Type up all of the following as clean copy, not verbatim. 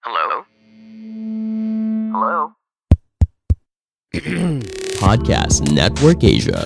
Hello? Hello? Podcast Network Asia.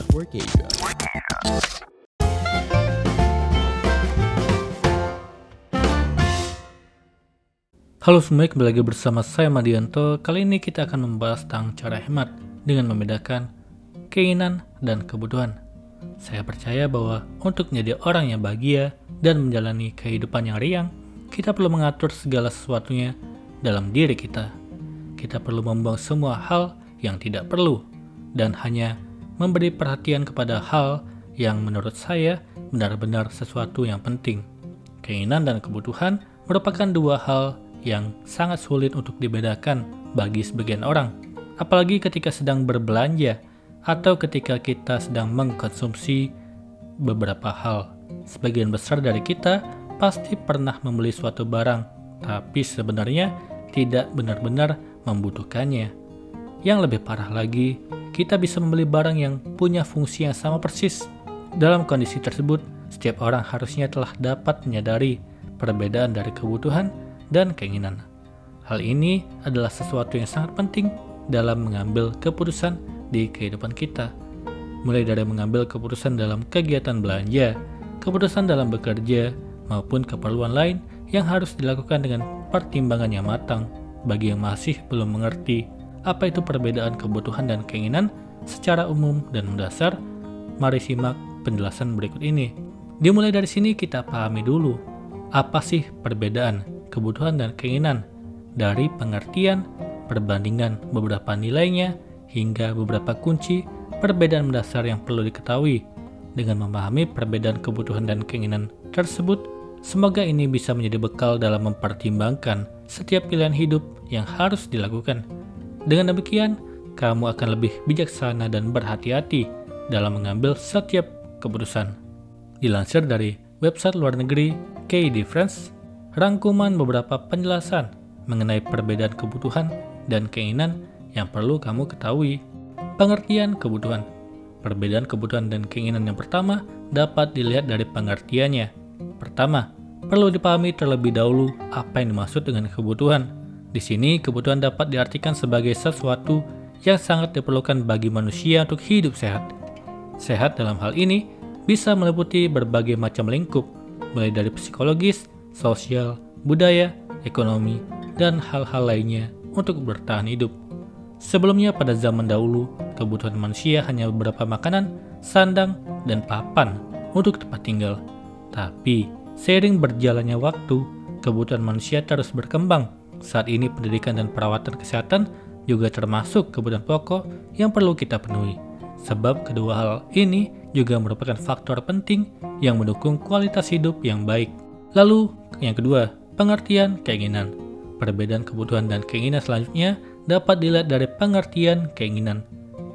Halo semuanya, kembali lagi bersama saya Madianto. Kali ini kita akan membahas tentang cara hemat dengan membedakan keinginan dan kebutuhan. Saya percaya bahwa untuk menjadi orang yang bahagia dan menjalani kehidupan yang riang, kita perlu mengatur segala sesuatunya dalam diri kita. Kita perlu membuang semua hal yang tidak perlu dan hanya memberi perhatian kepada hal yang menurut saya benar-benar sesuatu yang penting. Keinginan dan kebutuhan merupakan dua hal yang sangat sulit untuk dibedakan bagi sebagian orang, apalagi ketika sedang berbelanja atau ketika kita sedang mengkonsumsi beberapa hal. Sebagian besar dari kita pasti pernah membeli suatu barang, tapi sebenarnya tidak benar-benar membutuhkannya. Yang lebih parah lagi, kita bisa membeli barang yang punya fungsi yang sama persis. Dalam kondisi tersebut, setiap orang harusnya telah dapat menyadari perbedaan dari kebutuhan dan keinginan. Hal ini adalah sesuatu yang sangat penting dalam mengambil keputusan di kehidupan kita. Mulai dari mengambil keputusan dalam kegiatan belanja, keputusan dalam bekerja, maupun keperluan lain yang harus dilakukan dengan pertimbangan yang matang. Bagi yang masih belum mengerti apa itu perbedaan kebutuhan dan keinginan secara umum dan mendasar, mari simak penjelasan berikut ini. Dimulai dari sini kita pahami dulu, apa sih perbedaan kebutuhan dan keinginan, dari pengertian, perbandingan beberapa nilainya, hingga beberapa kunci perbedaan mendasar yang perlu diketahui. Dengan memahami perbedaan kebutuhan dan keinginan tersebut, semoga ini bisa menjadi bekal dalam mempertimbangkan setiap pilihan hidup yang harus dilakukan. Dengan demikian, kamu akan lebih bijaksana dan berhati-hati dalam mengambil setiap keputusan. Dilansir dari website luar negeri K-Difference, rangkuman beberapa penjelasan mengenai perbedaan kebutuhan dan keinginan yang perlu kamu ketahui. Pengertian kebutuhan. Perbedaan kebutuhan dan keinginan yang pertama dapat dilihat dari pengertiannya. Pertama, perlu dipahami terlebih dahulu apa yang dimaksud dengan kebutuhan. Di sini, kebutuhan dapat diartikan sebagai sesuatu yang sangat diperlukan bagi manusia untuk hidup sehat. Sehat dalam hal ini bisa meliputi berbagai macam lingkup, mulai dari psikologis, sosial, budaya, ekonomi, dan hal-hal lainnya untuk bertahan hidup. Sebelumnya pada zaman dahulu, kebutuhan manusia hanya beberapa makanan, sandang, dan papan untuk tempat tinggal. Tapi, seiring berjalannya waktu, kebutuhan manusia terus berkembang. Saat ini pendidikan dan perawatan kesehatan juga termasuk kebutuhan pokok yang perlu kita penuhi. Sebab kedua hal ini juga merupakan faktor penting yang mendukung kualitas hidup yang baik. Lalu, yang kedua, pengertian keinginan. Perbedaan kebutuhan dan keinginan selanjutnya dapat dilihat dari pengertian keinginan.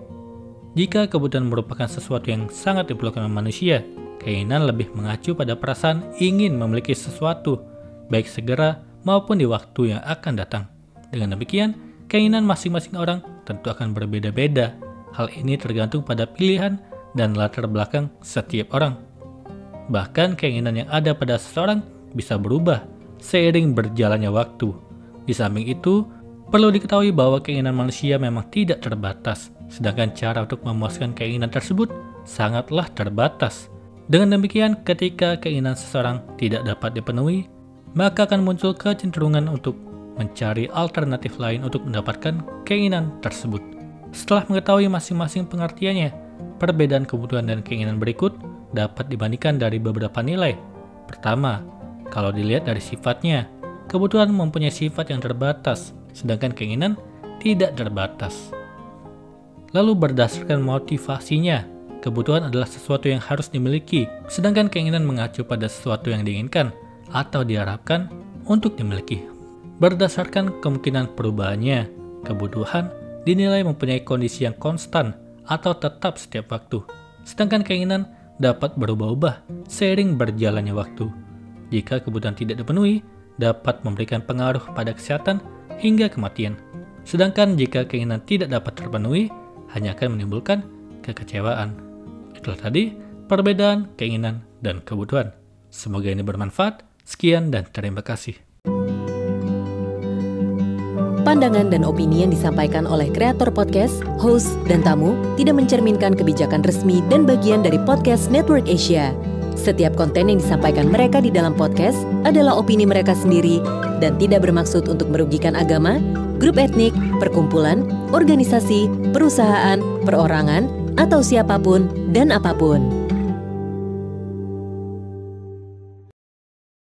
Jika kebutuhan merupakan sesuatu yang sangat diperlukan manusia, keinginan lebih mengacu pada perasaan ingin memiliki sesuatu, baik segera maupun di waktu yang akan datang. Dengan demikian, keinginan masing-masing orang tentu akan berbeda-beda. Hal ini tergantung pada pilihan dan latar belakang setiap orang. Bahkan keinginan yang ada pada seseorang bisa berubah seiring berjalannya waktu. Di samping itu, perlu diketahui bahwa keinginan manusia memang tidak terbatas, sedangkan cara untuk memuaskan keinginan tersebut sangatlah terbatas. Dengan demikian, ketika keinginan seseorang tidak dapat dipenuhi, maka akan muncul kecenderungan untuk mencari alternatif lain untuk mendapatkan keinginan tersebut. Setelah mengetahui masing-masing pengertiannya, perbedaan kebutuhan dan keinginan berikut dapat dibandingkan dari beberapa nilai. Pertama, kalau dilihat dari sifatnya, kebutuhan mempunyai sifat yang terbatas, sedangkan keinginan tidak terbatas. Lalu berdasarkan motivasinya, kebutuhan adalah sesuatu yang harus dimiliki, sedangkan keinginan mengacu pada sesuatu yang diinginkan atau diharapkan untuk dimiliki. Berdasarkan kemungkinan perubahannya, kebutuhan dinilai mempunyai kondisi yang konstan atau tetap setiap waktu, sedangkan keinginan dapat berubah-ubah seiring berjalannya waktu. Jika kebutuhan tidak dipenuhi, dapat memberikan pengaruh pada kesehatan hingga kematian. Sedangkan jika keinginan tidak dapat terpenuhi, hanya akan menimbulkan kekecewaan. Itulah tadi perbedaan keinginan dan kebutuhan. Semoga ini bermanfaat. Sekian dan terima kasih. Pandangan dan opini yang disampaikan oleh kreator podcast, host, dan tamu tidak mencerminkan kebijakan resmi dan bagian dari podcast Network Asia. Setiap konten yang disampaikan mereka di dalam podcast adalah opini mereka sendiri dan tidak bermaksud untuk merugikan agama, grup etnik, perkumpulan, organisasi, perusahaan, perorangan, atau siapapun dan apapun.